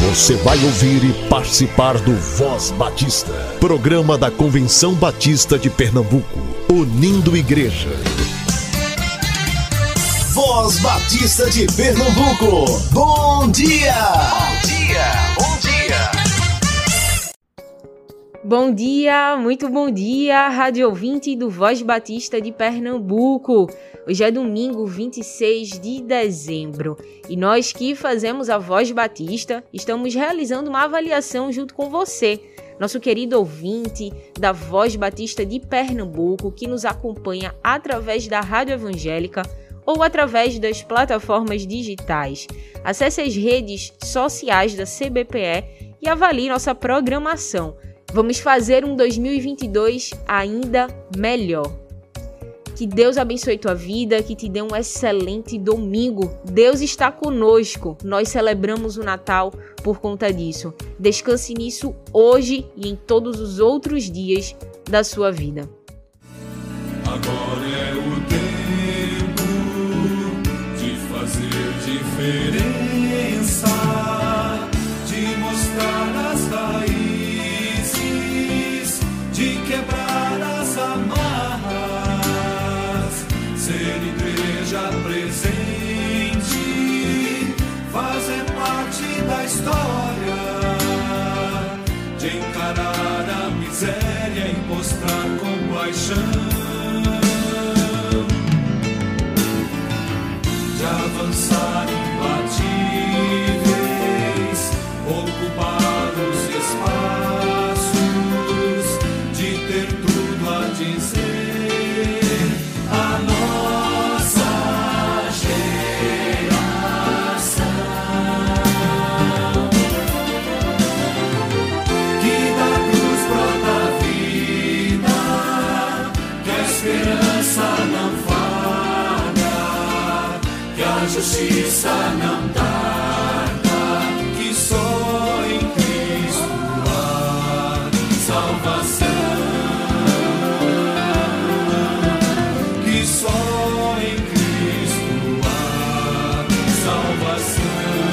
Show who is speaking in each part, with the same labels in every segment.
Speaker 1: Você vai ouvir e participar do Voz Batista, programa da Convenção Batista de Pernambuco, unindo igreja.
Speaker 2: Voz Batista de Pernambuco, bom dia! Bom dia, bom dia!
Speaker 3: Bom dia, muito bom dia, rádio ouvinte do Voz Batista de Pernambuco. Hoje é domingo, 26 de dezembro, e nós que fazemos a Voz Batista estamos realizando uma avaliação junto com você, nosso querido ouvinte da Voz Batista de Pernambuco, que nos acompanha através da Rádio Evangélica ou através das plataformas digitais. Acesse as redes sociais da CBPE e avalie nossa programação. Vamos fazer um 2022 ainda melhor. Que Deus abençoe tua vida, que te dê um excelente domingo. Deus está conosco. Nós celebramos o Natal por conta disso. Descanse nisso hoje e em todos os outros dias da sua vida.
Speaker 4: Agora é o tempo de fazer diferença, de mostrar as raízes, de quebrar as amarras, ser igreja presente, fazer parte da história, de encarar a miséria e mostrar compaixão, de avançar imbatíveis, ocupar os espaços, de ter tudo a dizer, a nossa geração, que da cruz brota a vida, que a esperança não falha, que a justiça não tarda, que só em Cristo há salvação, que só em Cristo há salvação,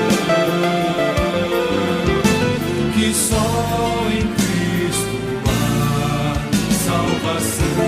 Speaker 4: que só em Cristo há salvação.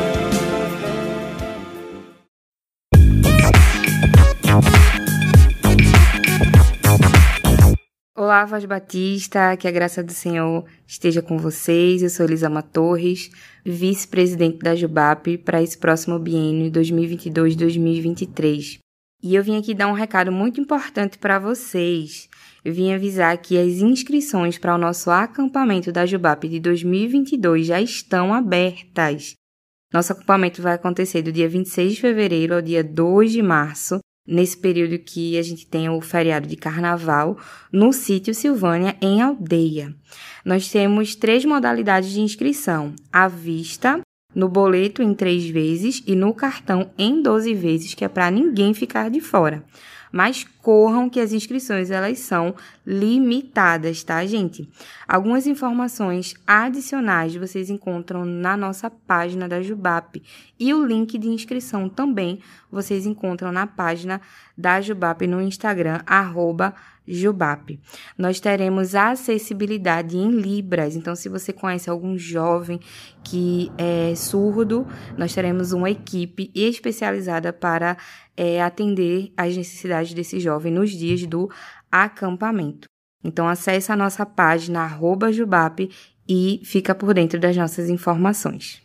Speaker 5: Olá, Voz Batista, que a graça do Senhor esteja com vocês. Eu sou Elisama Torres, vice-presidente da JUBAP para esse próximo biênio 2022-2023. E eu vim aqui dar um recado muito importante para vocês. Eu vim avisar que as inscrições para o nosso acampamento da JUBAP de 2022 já estão abertas. Nosso acampamento vai acontecer do dia 26 de fevereiro ao dia 2 de março, nesse período que a gente tem o feriado de carnaval, no sítio Silvânia, em Aldeia. Nós temos 3 modalidades de inscrição: à vista, no boleto em 3 vezes e no cartão em 12 vezes, que é para ninguém ficar de fora. Mas corram que as inscrições elas são limitadas, tá, gente? Algumas informações adicionais vocês encontram na nossa página da JUBAP e o link de inscrição também vocês encontram na página da JUBAP no Instagram, @JUBAP. Nós teremos a acessibilidade em Libras, então se você conhece algum jovem que é surdo, nós teremos uma equipe especializada para atender às necessidades desse jovem nos dias do acampamento. Então acesse a nossa página @JUBAP e fica por dentro das nossas informações.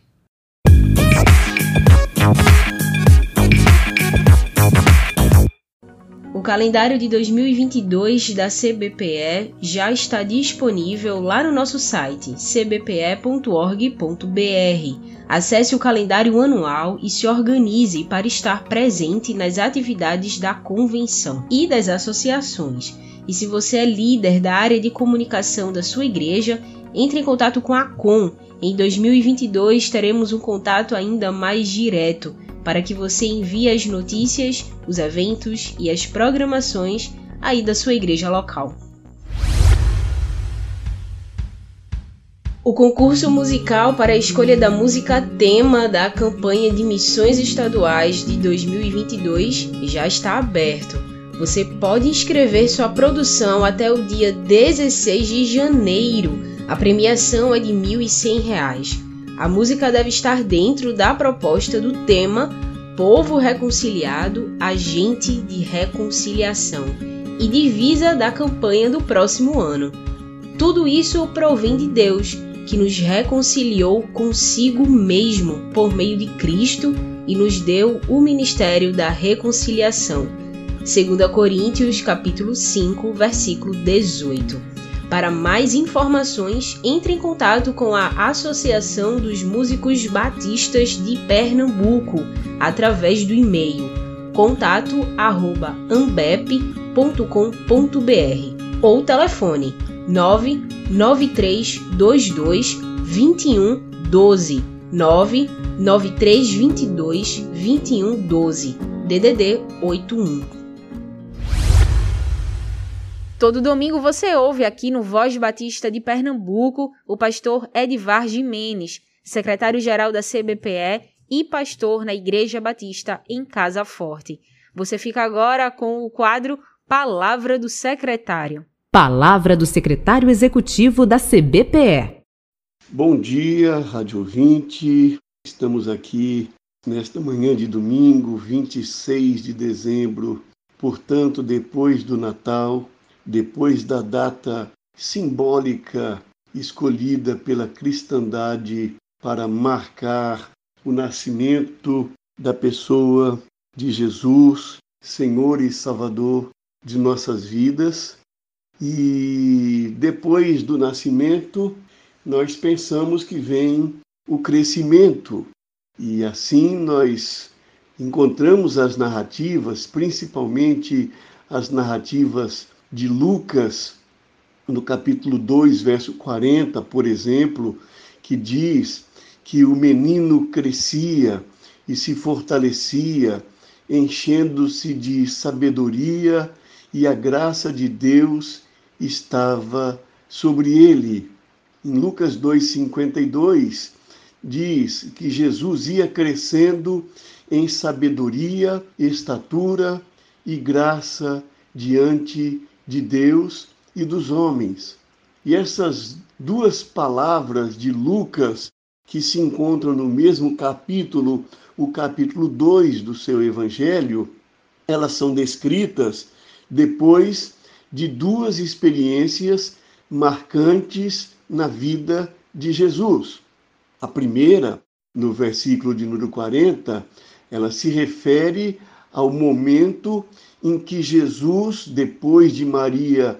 Speaker 3: O calendário de 2022 da CBPE já está disponível lá no nosso site cbpe.org.br. Acesse o calendário anual e se organize para estar presente nas atividades da convenção e das associações. E se você é líder da área de comunicação da sua igreja, entre em contato com a COM. Em 2022 teremos um contato ainda mais direto, para que você envie as notícias, os eventos e as programações aí da sua igreja local. O concurso musical para a escolha da música tema da campanha de missões estaduais de 2022 já está aberto. Você pode inscrever sua produção até o dia 16 de janeiro. A premiação é de R$ 1.100. A música deve estar dentro da proposta do tema Povo Reconciliado, Agente de Reconciliação e divisa da campanha do próximo ano. Tudo isso provém de Deus, que nos reconciliou consigo mesmo por meio de Cristo e nos deu o ministério da reconciliação. 2 Coríntios, capítulo 5, versículo 18. Para mais informações, entre em contato com a Associação dos Músicos Batistas de Pernambuco através do e-mail contato@ambep.com.br ou telefone 99322 2112 99322 2112 DDD 81. Todo domingo você ouve aqui no Voz Batista de Pernambuco o pastor Edivar Gimenez, secretário-geral da CBPE e pastor na Igreja Batista em Casa Forte. Você fica agora com o quadro Palavra do Secretário.
Speaker 6: Palavra do secretário executivo da CBPE.
Speaker 7: Bom dia, rádio ouvinte. Estamos aqui nesta manhã de domingo, 26 de dezembro, portanto, depois do Natal, depois da data simbólica escolhida pela cristandade para marcar o nascimento da pessoa de Jesus, Senhor e Salvador de nossas vidas. E depois do nascimento, nós pensamos que vem o crescimento. E assim nós encontramos as narrativas, principalmente as narrativas de Lucas, no capítulo 2, verso 40, por exemplo, que diz que o menino crescia e se fortalecia, enchendo-se de sabedoria, e a graça de Deus estava sobre ele. Em Lucas 2,52, diz que Jesus ia crescendo em sabedoria, estatura e graça diante de Deus e dos homens. E essas duas palavras de Lucas, que se encontram no mesmo capítulo, o capítulo 2 do seu evangelho, elas são descritas depois de duas experiências marcantes na vida de Jesus. A primeira, no versículo de número 40, ela se refere ao momento em que Jesus, depois de Maria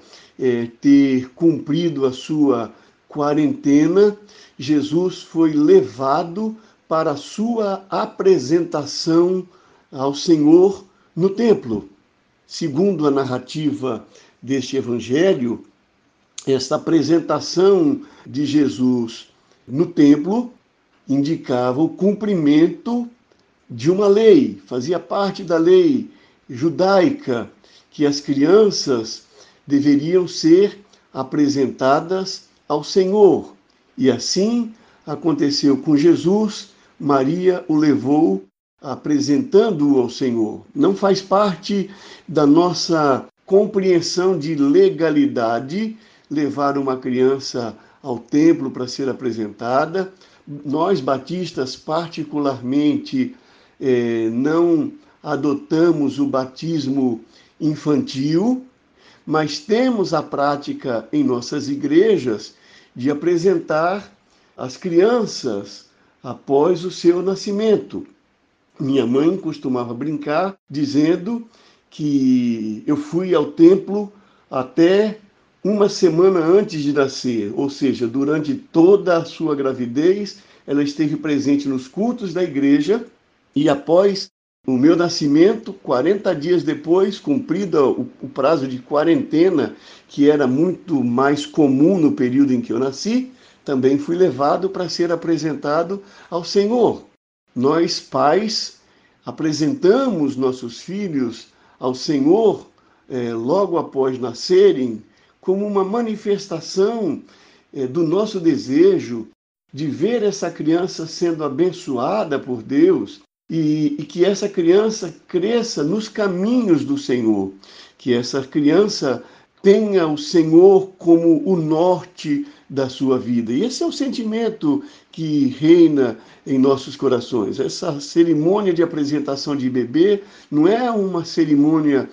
Speaker 7: ter cumprido a sua quarentena, Jesus foi levado para a sua apresentação ao Senhor no templo. Segundo a narrativa deste evangelho, esta apresentação de Jesus no templo indicava o cumprimento de uma lei, fazia parte da lei judaica, que as crianças deveriam ser apresentadas ao Senhor. E assim aconteceu com Jesus. Maria o levou apresentando-o ao Senhor. Não faz parte da nossa compreensão de legalidade levar uma criança ao templo para ser apresentada. Nós, batistas, particularmente, não adotamos o batismo infantil, mas temos a prática em nossas igrejas de apresentar as crianças após o seu nascimento. Minha mãe costumava brincar dizendo que eu fui ao templo até uma semana antes de nascer, ou seja, durante toda a sua gravidez, ela esteve presente nos cultos da igreja, e após o meu nascimento, 40 dias depois, cumprido o prazo de quarentena, que era muito mais comum no período em que eu nasci, também fui levado para ser apresentado ao Senhor. Nós, pais, apresentamos nossos filhos ao Senhor logo após nascerem, como uma manifestação do nosso desejo de ver essa criança sendo abençoada por Deus, e que essa criança cresça nos caminhos do Senhor, que essa criança tenha o Senhor como o norte da sua vida. E esse é o sentimento que reina em nossos corações. Essa cerimônia de apresentação de bebê não é uma cerimônia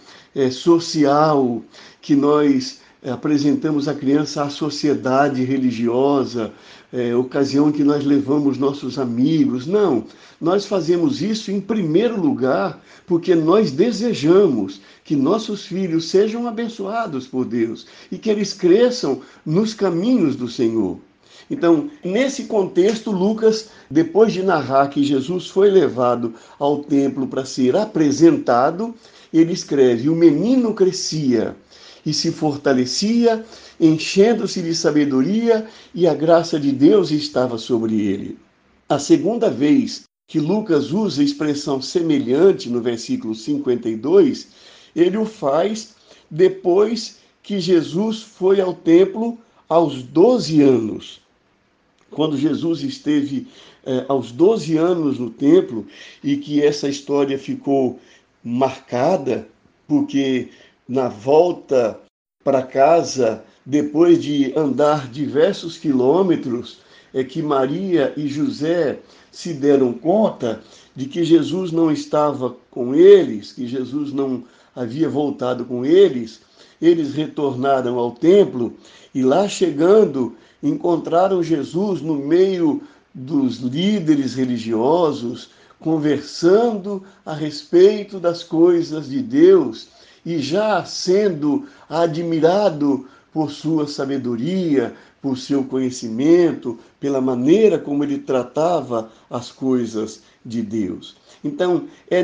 Speaker 7: social que nós apresentamos a criança à sociedade religiosa, ocasião que nós levamos nossos amigos. Não, nós fazemos isso em primeiro lugar porque nós desejamos que nossos filhos sejam abençoados por Deus e que eles cresçam nos caminhos do Senhor. Então, nesse contexto, Lucas, depois de narrar que Jesus foi levado ao templo para ser apresentado, ele escreve: o menino crescia e se fortalecia, enchendo-se de sabedoria, e a graça de Deus estava sobre ele. A segunda vez que Lucas usa a expressão semelhante no versículo 52, ele o faz depois que Jesus foi ao templo aos 12 anos. Quando Jesus esteve aos 12 anos no templo, e que essa história ficou marcada, porque na volta para casa, depois de andar diversos quilômetros, é que Maria e José se deram conta de que Jesus não estava com eles, que Jesus não havia voltado com eles. Eles retornaram ao templo e lá chegando, encontraram Jesus no meio dos líderes religiosos, conversando a respeito das coisas de Deus e já sendo admirado por sua sabedoria, por seu conhecimento, pela maneira como ele tratava as coisas de Deus. Então, é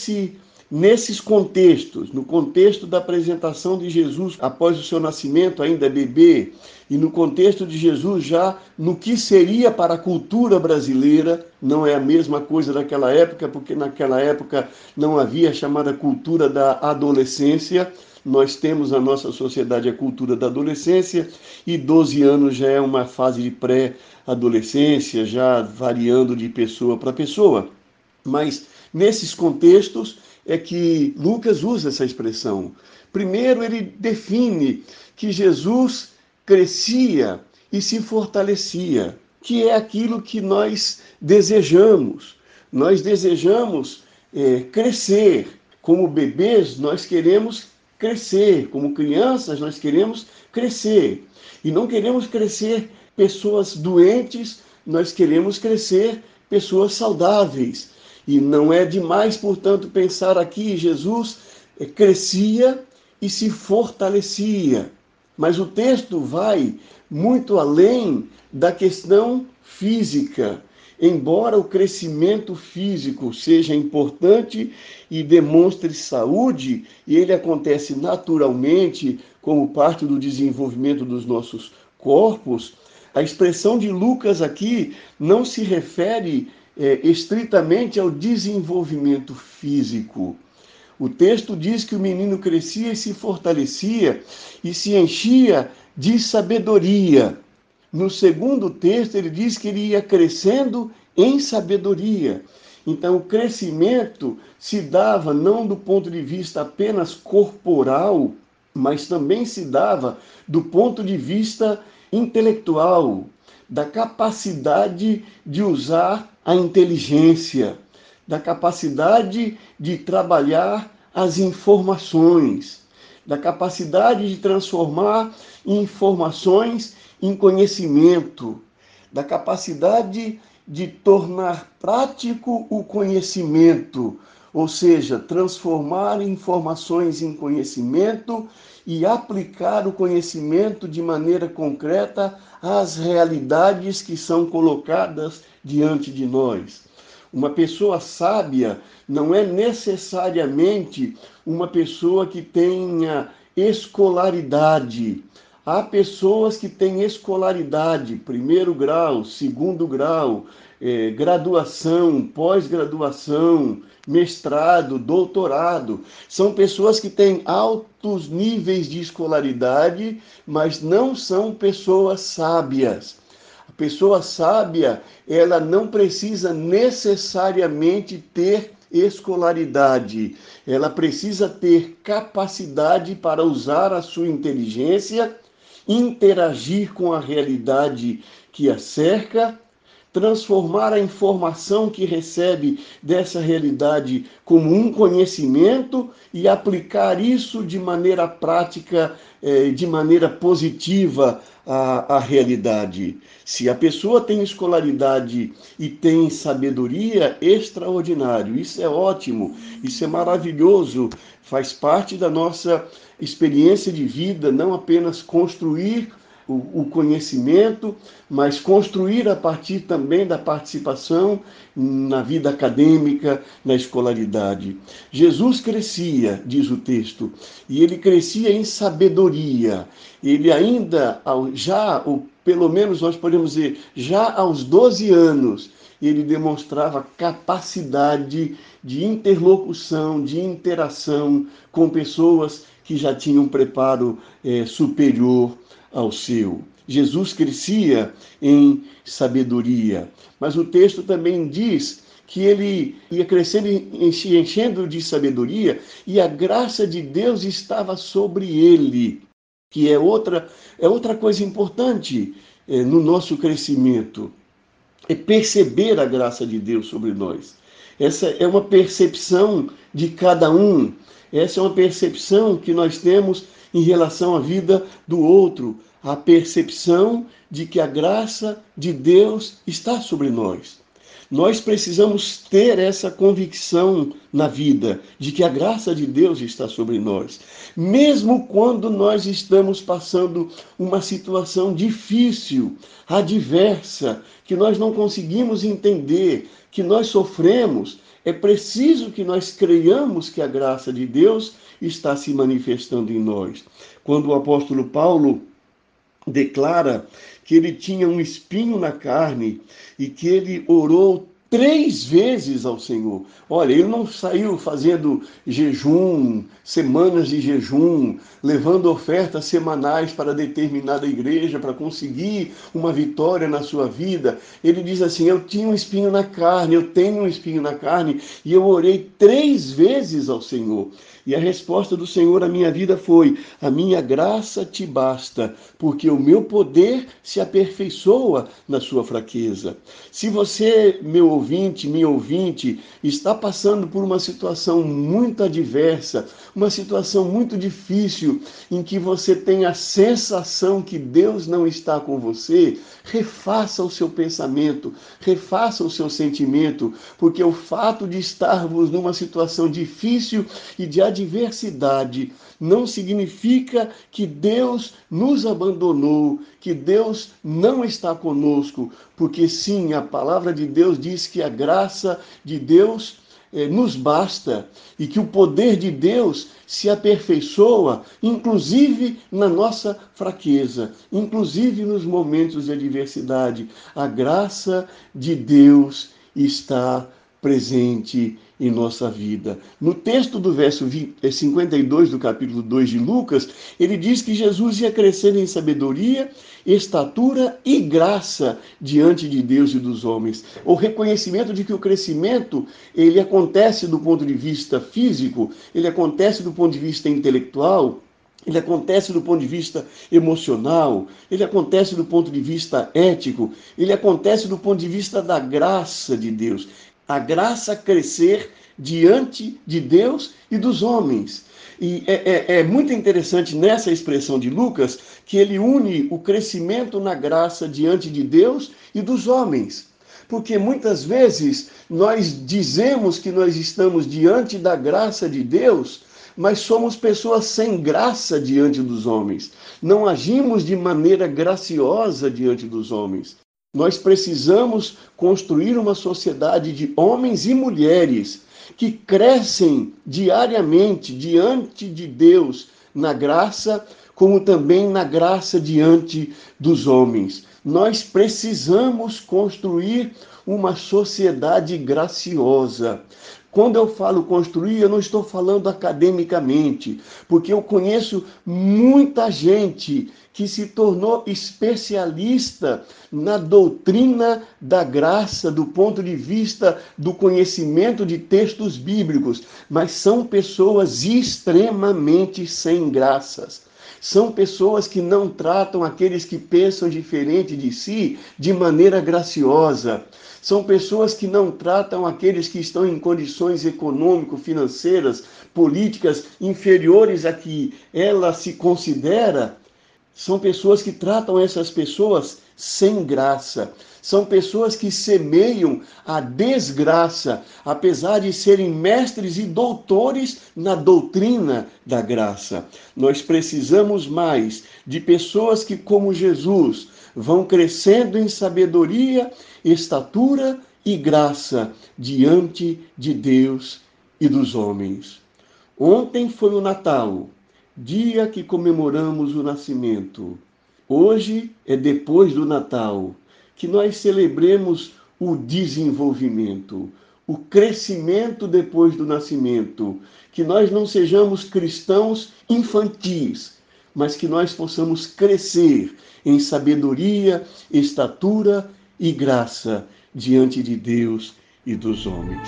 Speaker 7: nesses contextos, no contexto da apresentação de Jesus após o seu nascimento, ainda bebê, e no contexto de Jesus já no que seria para a cultura brasileira, não é a mesma coisa daquela época, porque naquela época não havia a chamada cultura da adolescência. Nós temos na nossa sociedade a cultura da adolescência, e 12 anos já é uma fase de pré-adolescência, já variando de pessoa para pessoa. Mas nesses contextos é que Lucas usa essa expressão. Primeiro, ele define que Jesus crescia e se fortalecia, que é aquilo que nós desejamos. Nós desejamos crescer. Como bebês, nós queremos crescer. Como crianças, nós queremos crescer. E não queremos crescer pessoas doentes, nós queremos crescer pessoas saudáveis. E não é demais, portanto, pensar aqui, Jesus crescia e se fortalecia. Mas o texto vai muito além da questão física. Embora o crescimento físico seja importante e demonstre saúde, e ele acontece naturalmente como parte do desenvolvimento dos nossos corpos, a expressão de Lucas aqui não se refere estritamente ao desenvolvimento físico. O texto diz que o menino crescia e se fortalecia e se enchia de sabedoria. No segundo texto, ele diz que ele ia crescendo em sabedoria. Então, o crescimento se dava não do ponto de vista apenas corporal, mas também se dava do ponto de vista intelectual, da capacidade de usar a inteligência, da capacidade de trabalhar as informações, da capacidade de transformar informações em conhecimento, da capacidade de tornar prático o conhecimento, ou seja, transformar informações em conhecimento e aplicar o conhecimento de maneira concreta às realidades que são colocadas diante de nós. Uma pessoa sábia não é necessariamente uma pessoa que tenha escolaridade. Há pessoas que têm escolaridade, primeiro grau, segundo grau, graduação, pós-graduação, mestrado, doutorado. São pessoas que têm altos níveis de escolaridade, mas não são pessoas sábias. Pessoa sábia, ela não precisa necessariamente ter escolaridade. Ela precisa ter capacidade para usar a sua inteligência, interagir com a realidade que a cerca, transformar a informação que recebe dessa realidade como um conhecimento e aplicar isso de maneira prática, de maneira positiva à realidade. Se a pessoa tem escolaridade e tem sabedoria, extraordinário. Isso é ótimo, isso é maravilhoso, faz parte da nossa experiência de vida, não apenas construir o conhecimento, mas construir a partir também da participação na vida acadêmica, na escolaridade. Jesus crescia, diz o texto, e ele crescia em sabedoria. Ele ainda, ou pelo menos nós podemos dizer, já aos 12 anos, ele demonstrava capacidade de interlocução, de interação com pessoas que já tinham preparo superior ao seu. Jesus crescia em sabedoria, mas o texto também diz que ele ia crescendo, enchendo de sabedoria, e a graça de Deus estava sobre ele, que é outra coisa importante no nosso crescimento, é perceber a graça de Deus sobre nós. Essa é uma percepção de cada um, essa é uma percepção que nós temos em relação à vida do outro, a percepção de que a graça de Deus está sobre nós. Nós precisamos ter essa convicção na vida, de que a graça de Deus está sobre nós. Mesmo quando nós estamos passando uma situação difícil, adversa, que nós não conseguimos entender, que nós sofremos, é preciso que nós creiamos que a graça de Deus está se manifestando em nós. Quando o apóstolo Paulo declara que ele tinha um espinho na carne e que ele orou 3 vezes ao Senhor. Olha, ele não saiu fazendo jejum, semanas de jejum, levando ofertas semanais para determinada igreja, para conseguir uma vitória na sua vida. Ele diz assim, eu tinha um espinho na carne, eu tenho um espinho na carne, e eu orei 3 vezes ao Senhor. E a resposta do Senhor à minha vida foi, a minha graça te basta, porque o meu poder se aperfeiçoa na sua fraqueza. Se você, meu ouvinte, minha ouvinte, está passando por uma situação muito adversa, uma situação muito difícil, em que você tem a sensação que Deus não está com você, refaça o seu pensamento, refaça o seu sentimento, porque o fato de estarmos numa situação difícil e de adversidade não significa que Deus nos abandonou, que Deus não está conosco, porque sim, a palavra de Deus diz que a graça de Deus nos basta e que o poder de Deus se aperfeiçoa, inclusive na nossa fraqueza, inclusive nos momentos de adversidade. A graça de Deus está presente em nossa vida. No texto do verso 52 do capítulo 2 de Lucas, ele diz que Jesus ia crescendo em sabedoria, estatura e graça diante de Deus e dos homens. O reconhecimento de que o crescimento, ele acontece do ponto de vista físico, ele acontece do ponto de vista intelectual, ele acontece do ponto de vista emocional, ele acontece do ponto de vista ético, ele acontece do ponto de vista da graça de Deus. A graça crescer diante de Deus e dos homens. E é muito interessante nessa expressão de Lucas que ele une o crescimento na graça diante de Deus e dos homens. Porque muitas vezes nós dizemos que nós estamos diante da graça de Deus, mas somos pessoas sem graça diante dos homens. Não agimos de maneira graciosa diante dos homens. Nós precisamos construir uma sociedade de homens e mulheres que crescem diariamente diante de Deus na graça, como também na graça diante dos homens. Nós precisamos construir uma sociedade graciosa. Quando eu falo construir, eu não estou falando academicamente, porque eu conheço muita gente que se tornou especialista na doutrina da graça, do ponto de vista do conhecimento de textos bíblicos, mas são pessoas extremamente sem graças. São pessoas que não tratam aqueles que pensam diferente de si de maneira graciosa. São pessoas que não tratam aqueles que estão em condições econômico-financeiras, políticas inferiores a que ela se considera. São pessoas que tratam essas pessoas sem graça. São pessoas que semeiam a desgraça, apesar de serem mestres e doutores na doutrina da graça. Nós precisamos mais de pessoas que, como Jesus, vão crescendo em sabedoria, estatura e graça diante de Deus e dos homens. Ontem foi o Natal, dia que comemoramos o nascimento. Hoje é depois do Natal, que nós celebremos o desenvolvimento, o crescimento depois do nascimento, que nós não sejamos cristãos infantis, mas que nós possamos crescer em sabedoria, estatura e graça diante de Deus e dos homens.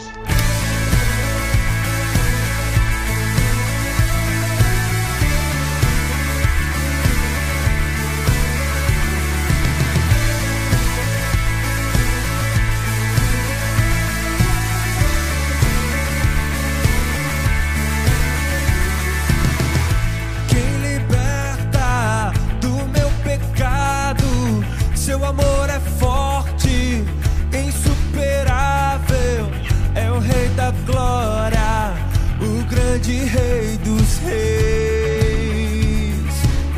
Speaker 4: Seu amor é forte, insuperável, é o Rei da Glória, o grande Rei dos Reis.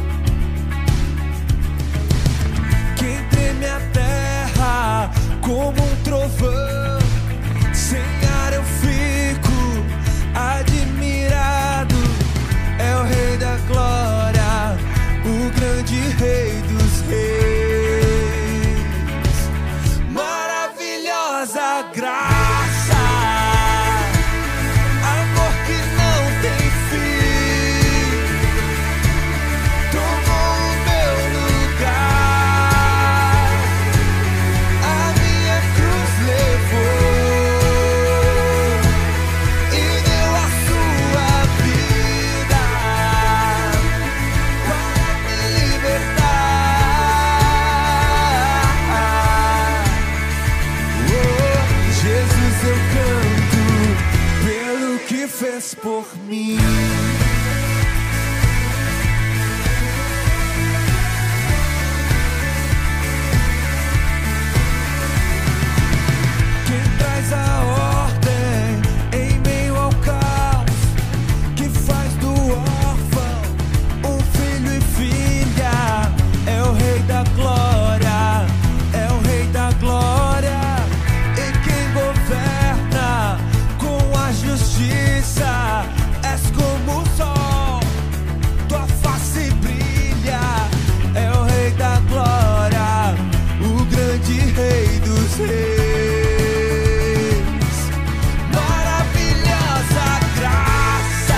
Speaker 4: Quem treme a terra como um trovão, sem ar eu fico admirado, é o Rei da Glória, o grande Rei dos Reis. Graça, amor que não tem fim, tomou o meu lugar, a minha cruz levou e deu a sua vida para me libertar. Jesus, eu canto pelo que fez por mim. Quem traz a ordem em meio ao caos, que faz do órfão um filho e filha, é o Rei da Glória, é o Rei da Glória. Governa com a justiça, és como o sol, tua face brilha, é o Rei da Glória, o grande Rei dos Reis. Maravilhosa graça,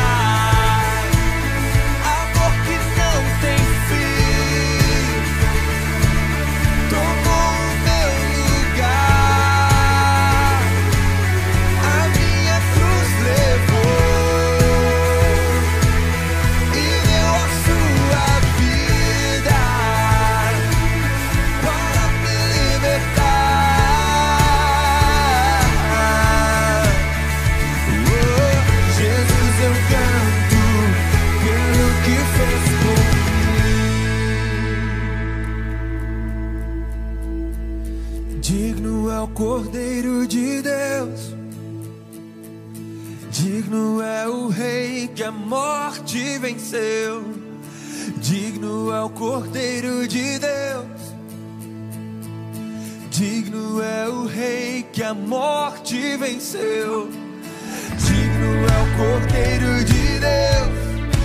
Speaker 4: amor que não tem fim, tomou o meu lugar, levou e deu a sua vida para me libertar. Oh, Jesus, eu canto pelo que fez por mim. Digno é o Cordeiro de Deus, digno é o Rei que a morte venceu. Digno é o Cordeiro de Deus, digno é o Rei que a morte venceu. Digno é o Cordeiro de Deus,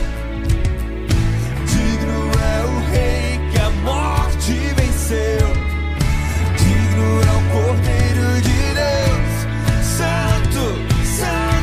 Speaker 4: digno é o Rei que a morte venceu. Digno é o Cordeiro de Deus, Santo, Santo.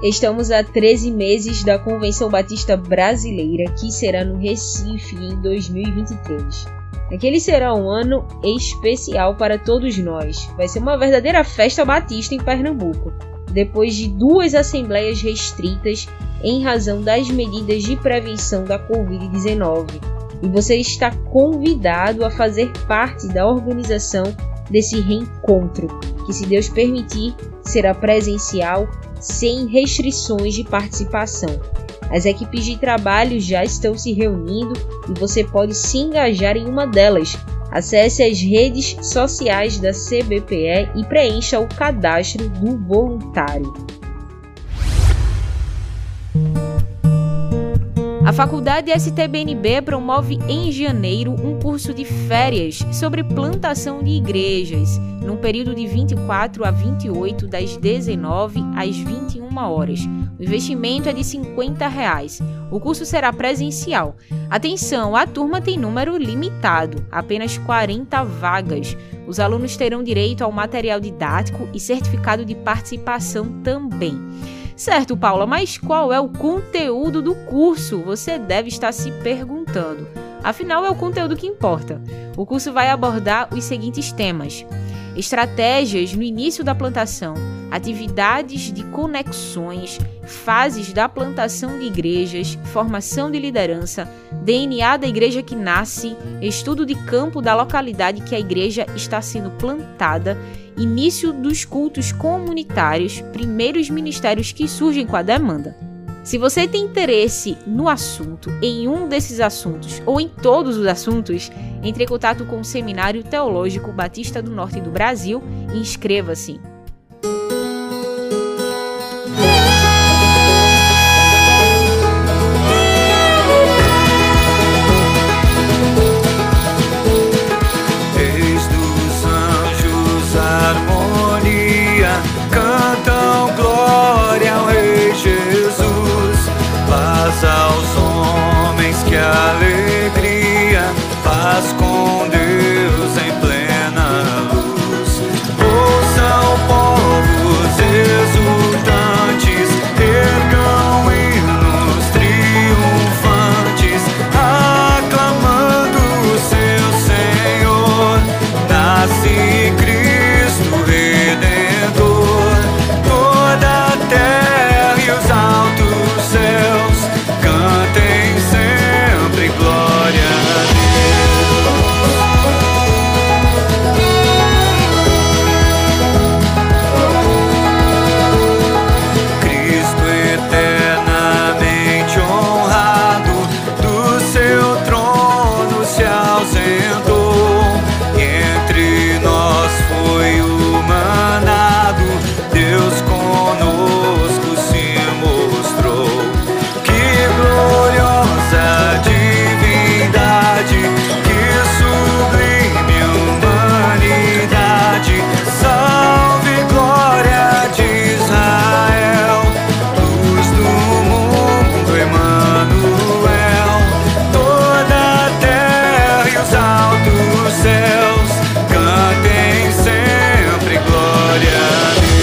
Speaker 3: Estamos a 13 meses da Convenção Batista Brasileira, que será no Recife em 2023. Aquele será um ano especial para todos nós. Vai ser uma verdadeira festa batista em Pernambuco, depois de 2 assembleias restritas em razão das medidas de prevenção da Covid-19. E você está convidado a fazer parte da organização desse reencontro, que, se Deus permitir, será presencial, sem restrições de participação. As equipes de trabalho já estão se reunindo e você pode se engajar em uma delas. Acesse as redes sociais da CBPE e preencha o cadastro do voluntário. A Faculdade STBNB promove em janeiro um curso de férias sobre plantação de igrejas, num período de 24 a 28, das 19 às 21 horas. O investimento é de R$ 50. O curso será presencial. Atenção, a turma tem número limitado, apenas 40 vagas. Os alunos terão direito ao material didático e certificado de participação também. Certo, Paula, mas qual é o conteúdo do curso? Você deve estar se perguntando. Afinal, é o conteúdo que importa. O curso vai abordar os seguintes temas: estratégias no início da plantação, atividades de conexões, fases da plantação de igrejas, formação de liderança, DNA da igreja que nasce, estudo de campo da localidade que a igreja está sendo plantada, início dos cultos comunitários, primeiros ministérios que surgem com a demanda. Se você tem interesse no assunto, em um desses assuntos ou em todos os assuntos, entre em contato com o Seminário Teológico Batista do Norte do Brasil e inscreva-se.
Speaker 4: Eis dos anjos harmonia, cantam glória ao Rei Jesus. Paz aos homens, que alegria, paz com Deus em plena luz. Ouçam povos exultantes, ergam hinos triunfantes, aclamando o seu Senhor. Nasce Cristo Redentor, toda a terra e os altos céus cantem sempre glória a Deus. Cristo eternamente honrado, do seu trono se ausentou, entre nós foi humanado, Deus conosco se mostrou. Que gloriosa divindade, que sublime humanidade, salve glória de Israel, luz do mundo Emanuel, toda a terra e os altos céus cantem sempre glória a Deus.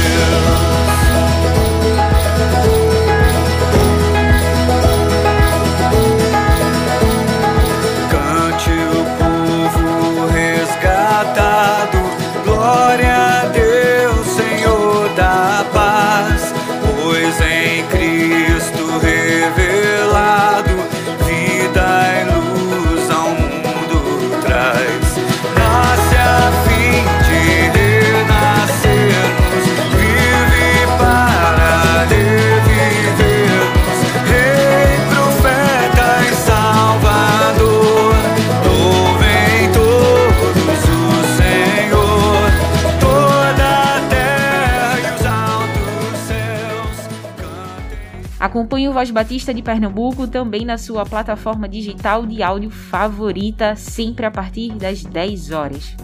Speaker 4: Cante o povo resgatado, glória a Deus, Senhor da paz, pois em Cristo revelado, vida e luz ao mundo traz. Nasce a fim de renascermos, vive para revivermos, Rei, profeta e Salvador. Louvem todos o Senhor, toda a terra e os altos céus cantem.
Speaker 3: Acompanhe o Voz Batista de Pernambuco também na sua plataforma digital de áudio favorita, sempre a partir das 10 horas.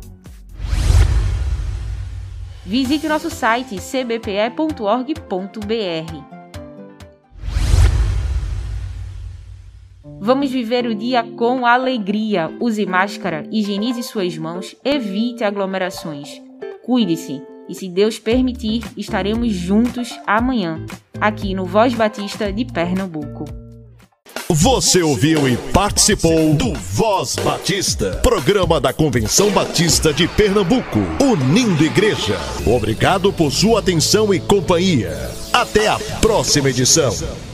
Speaker 3: Visite nosso site cbpe.org.br. Vamos viver o dia com alegria. Use máscara, higienize suas mãos, evite aglomerações. Cuide-se E se Deus permitir, estaremos juntos amanhã, aqui no Voz Batista de Pernambuco.
Speaker 1: Você ouviu e participou do Voz Batista, programa da Convenção Batista de Pernambuco, unindo igreja. Obrigado por sua atenção e companhia. Até a próxima edição.